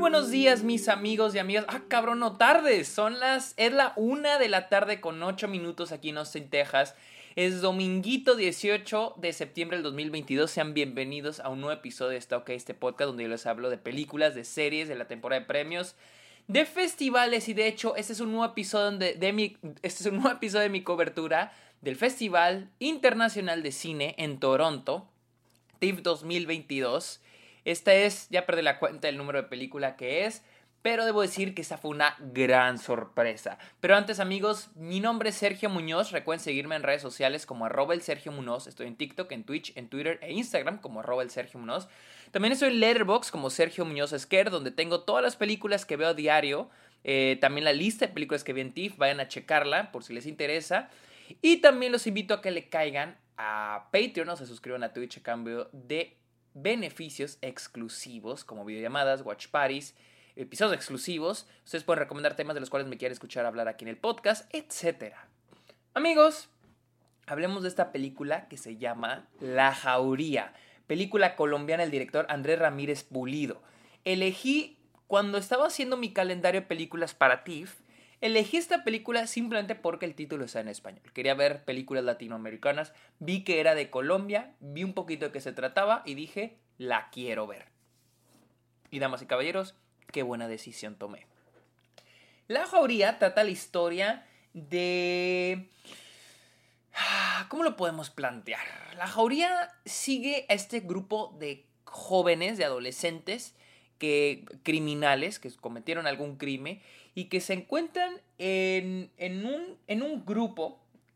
buenos días, mis amigos y amigas. Cabrón, no tardes. Es la 1 de la tarde con 8 minutos aquí en Austin, Texas. Es dominguito 18 de septiembre del 2022. Sean bienvenidos a un nuevo episodio de Está OK, este podcast donde yo les hablo de películas, de series, de la temporada de premios, de festivales. Y de hecho, este es un nuevo episodio de mi cobertura del Festival Internacional de Cine en Toronto, TIFF 2022. Esta es, ya perdí la cuenta del número de película que es, pero debo decir que esta fue una gran sorpresa. Pero antes, amigos, mi nombre es Sergio Muñoz. Recuerden seguirme en redes sociales como @elsergiomunoz. Estoy en TikTok, en Twitch, en Twitter e Instagram como @elsergiomunoz. También estoy en Letterboxd como Sergio Muñoz Esquer, donde tengo todas las películas que veo a diario. También la lista de películas que vi en TIFF. Vayan a checarla por si les interesa. Y también los invito a que le caigan a Patreon o se suscriban a Twitch a cambio de beneficios exclusivos como videollamadas, watch parties, episodios exclusivos. Ustedes pueden recomendar temas de los cuales me quieren escuchar hablar aquí en el podcast, etc. Amigos, hablemos de esta película que se llama La Jauría, película colombiana del director Andrés Ramírez Pulido. Cuando estaba haciendo mi calendario de películas para TIFF, elegí esta película simplemente porque el título está en español. Quería ver películas latinoamericanas, vi que era de Colombia, vi un poquito de qué se trataba y dije, la quiero ver. Y damas y caballeros, qué buena decisión tomé. La Jauría trata la historia de... ¿Cómo lo podemos plantear? La Jauría sigue a este grupo de jóvenes, de adolescentes, criminales que cometieron algún crimen y que se encuentran en un grupo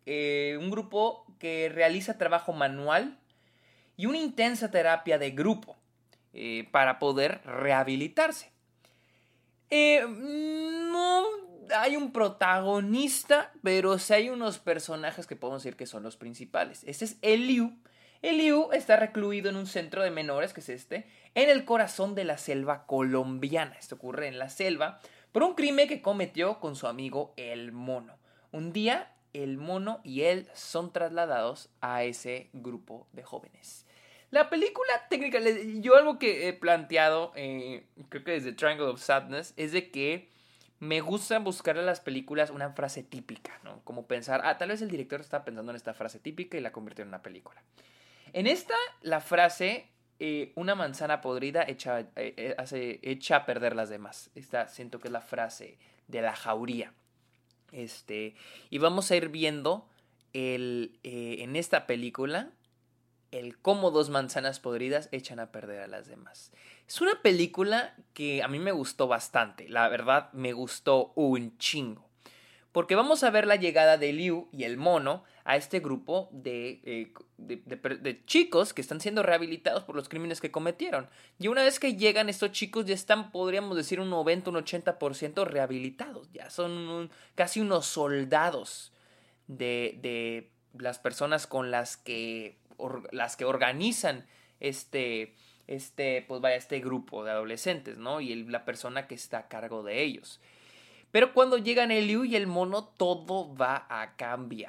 que realiza trabajo manual y una intensa terapia de grupo para poder rehabilitarse. No hay un protagonista, pero sí hay unos personajes que podemos decir que son los principales. Este es Eliu. Eliu está recluido en un centro de menores, que es en el corazón de la selva colombiana. Esto ocurre en la selva por un crimen que cometió con su amigo el Mono. Un día, el Mono y él son trasladados a ese grupo de jóvenes. La película técnica, yo algo que he planteado, creo que desde Triangle of Sadness, es de que me gusta buscar en las películas una frase típica, ¿no? Como pensar, tal vez el director está pensando en esta frase típica y la convirtió en una película. En esta, la frase, una manzana podrida echa a perder las demás. Esta siento que es la frase de La Jauría. Y vamos a ir viendo en esta película el cómo dos manzanas podridas echan a perder a las demás. Es una película que a mí me gustó bastante. La verdad, me gustó un chingo. Porque vamos a ver la llegada de Liu y el Mono a este grupo de chicos que están siendo rehabilitados por los crímenes que cometieron. Y una vez que llegan estos chicos ya están, podríamos decir, un 90, un 80% rehabilitados. Ya son casi unos soldados de las personas con las que organizan este grupo de adolescentes, ¿no? Y la persona que está a cargo de ellos. Pero cuando llegan el Liu y el Mono, todo va a cambiar.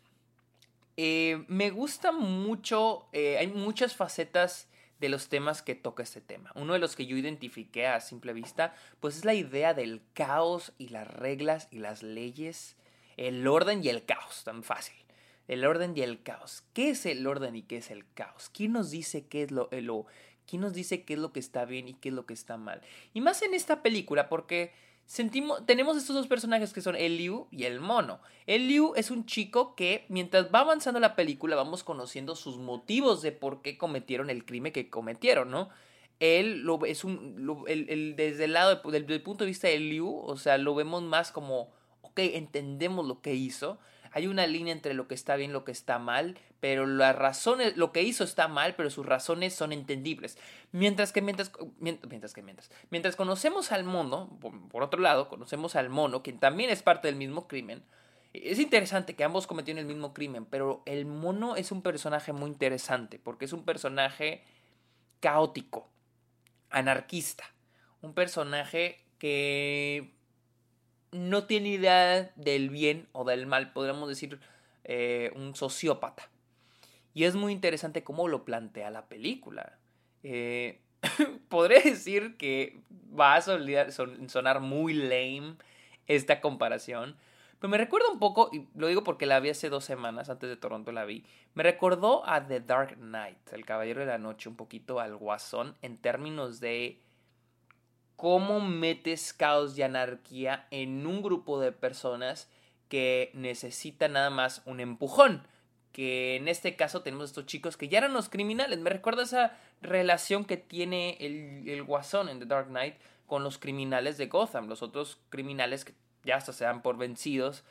Me gusta mucho, hay muchas facetas de los temas que toca este tema. Uno de los que yo identifiqué a simple vista, pues es la idea del caos y las reglas y las leyes, el orden y el caos, tan fácil. El orden y el caos. ¿Qué es el orden y qué es el caos? ¿Quién nos dice qué es quién nos dice qué es lo que está bien y qué es lo que está mal? Y más en esta película porque tenemos estos dos personajes que son el Liu y el Mono. El Liu es un chico que mientras va avanzando la película vamos conociendo sus motivos de por qué cometieron el crimen que cometieron, ¿no? Él desde el lado del punto de vista de Liu, o sea, lo vemos más como, ok, entendemos lo que hizo. Hay una línea entre lo que está bien y lo que está mal, pero las razones, lo que hizo está mal, pero sus razones son entendibles. Mientras conocemos al Mono, por otro lado, conocemos al Mono, quien también es parte del mismo crimen. Es interesante que ambos cometieron el mismo crimen, pero el Mono es un personaje muy interesante, porque es un personaje caótico, anarquista, un personaje que no tiene idea del bien o del mal, podríamos decir un sociópata. Y es muy interesante cómo lo plantea la película. podré decir que va a sonar muy lame esta comparación, pero me recuerda un poco, y lo digo porque la vi hace 2 semanas, antes de Toronto la vi, me recordó a The Dark Knight, El Caballero de la Noche, un poquito al Guasón, en términos de cómo metes caos y anarquía en un grupo de personas que necesitan nada más un empujón. Que en este caso tenemos estos chicos que ya eran los criminales. Me recuerda esa relación que tiene el Guasón en The Dark Knight con los criminales de Gotham. Los otros criminales que ya hasta se dan por vencidos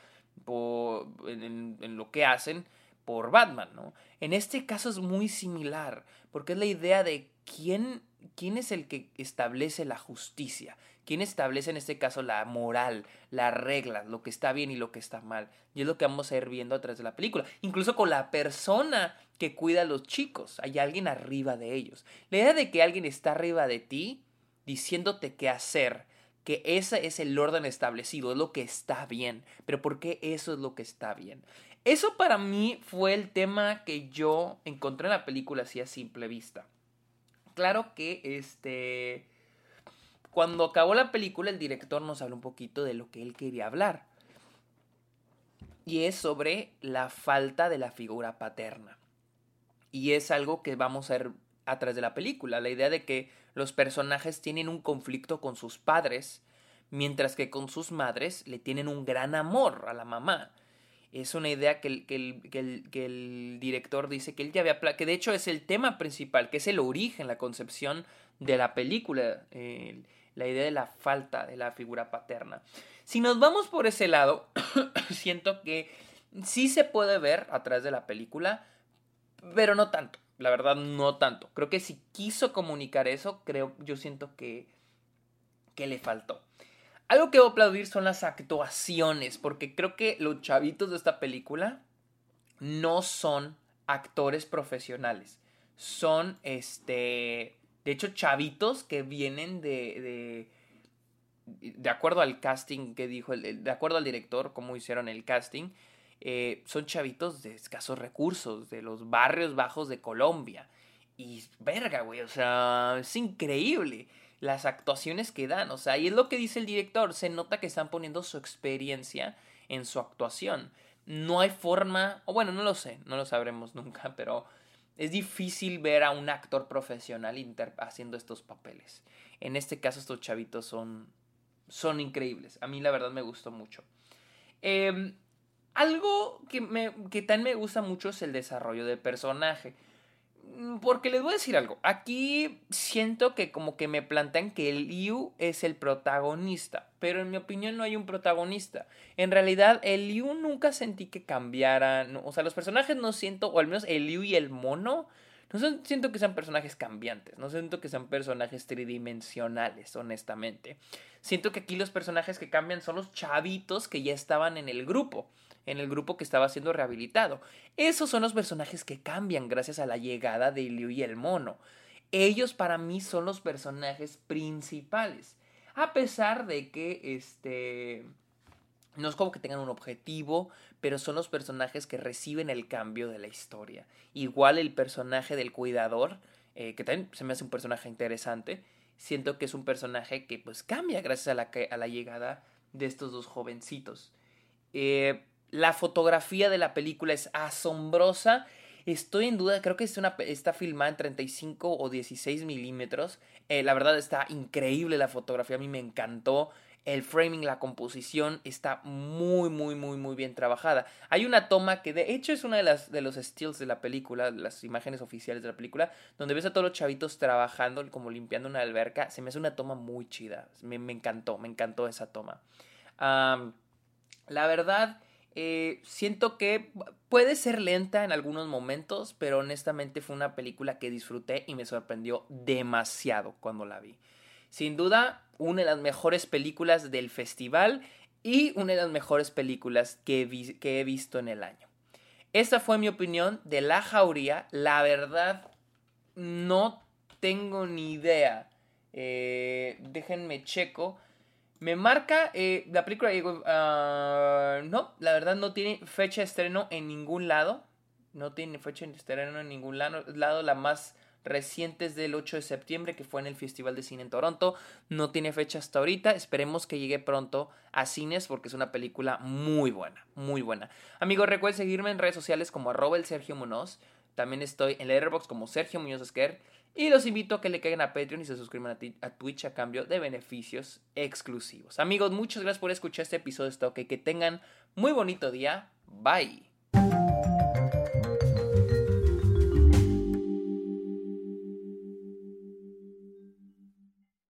en lo que hacen por Batman, ¿no? En este caso es muy similar, porque es la idea de quién es el que establece la justicia, quién establece en este caso la moral, las reglas, lo que está bien y lo que está mal. Y es lo que vamos a ir viendo a través de la película. Incluso con la persona que cuida a los chicos, hay alguien arriba de ellos. La idea de que alguien está arriba de ti diciéndote qué hacer, que ese es el orden establecido, es lo que está bien. Pero ¿por qué eso es lo que está bien? Eso para mí fue el tema que yo encontré en la película así a simple vista. Claro que cuando acabó la película el director nos habló un poquito de lo que él quería hablar. Y es sobre la falta de la figura paterna. Y es algo que vamos a ver a través de la película. La idea de que los personajes tienen un conflicto con sus padres, mientras que con sus madres le tienen un gran amor a la mamá. Es una idea que el director dice que él ya había... que de hecho es el tema principal, que es el origen, la concepción de la película. La idea de la falta de la figura paterna. Si nos vamos por ese lado, siento que sí se puede ver a través de la película, pero no tanto. La verdad, no tanto. Creo que si quiso comunicar eso, yo siento que le faltó. Algo que debo aplaudir son las actuaciones, porque creo que los chavitos de esta película no son actores profesionales. Son, de hecho, chavitos que vienen de acuerdo al casting que dijo, de acuerdo al director, cómo hicieron el casting, son chavitos de escasos recursos, de los barrios bajos de Colombia. Y verga, güey, o sea, es increíble las actuaciones que dan, o sea, y es lo que dice el director, se nota que están poniendo su experiencia en su actuación. No hay forma, o bueno, no lo sé, no lo sabremos nunca, pero es difícil ver a un actor profesional haciendo estos papeles. En este caso, estos chavitos son increíbles. A mí la verdad me gustó mucho. Algo que también me gusta mucho es el desarrollo de personaje. Porque les voy a decir algo. Aquí siento que como que me plantean que el Liu es el protagonista. Pero en mi opinión no hay un protagonista. En realidad el Liu nunca sentí que cambiara. No, o sea, los personajes no siento, o al menos el Liu y el mono, siento que sean personajes cambiantes. No siento que sean personajes tridimensionales, honestamente. Siento que aquí los personajes que cambian son los chavitos que ya estaban en el grupo. En el grupo que estaba siendo rehabilitado. Esos son los personajes que cambian gracias a la llegada de Liu y el mono. Ellos para mí son los personajes principales. A pesar de que no es como que tengan un objetivo, pero son los personajes que reciben el cambio de la historia. Igual el personaje del cuidador, que también se me hace un personaje interesante. Siento que es un personaje que pues cambia gracias a la llegada de estos dos jovencitos. La fotografía de la película es asombrosa. Estoy en duda, creo que está filmada en 35 o 16 milímetros. La verdad está increíble la fotografía, a mí me encantó. El framing, la composición está muy, muy, muy, muy bien trabajada. Hay una toma que de hecho es una de los stills de la película, las imágenes oficiales de la película, donde ves a todos los chavitos trabajando, como limpiando una alberca. Se me hace una toma muy chida. Me encantó esa toma. La verdad... siento que puede ser lenta en algunos momentos, pero honestamente fue una película que disfruté y me sorprendió demasiado cuando la vi. Sin duda, una de las mejores películas del festival y una de las mejores películas que he visto en el año. Esta fue mi opinión de La Jauría. La verdad, no tengo ni idea. Déjenme checo. Me marca la película. No, la verdad no tiene fecha de estreno en ningún lado. No tiene fecha de estreno en ningún lado. La más recientes del 8 de septiembre, que fue en el Festival de Cine en Toronto. No tiene fecha hasta ahorita, esperemos que llegue pronto a cines porque es una película muy buena, muy buena. Amigos, recuerden seguirme en redes sociales como @elsergiomunoz. También estoy en Letterboxd como Sergio Muñoz Esquer. Y los invito a que le caigan a Patreon y se suscriban a Twitch a cambio de beneficios exclusivos. Amigos, muchas gracias por escuchar este episodio de Stock. Que tengan muy bonito día. Bye.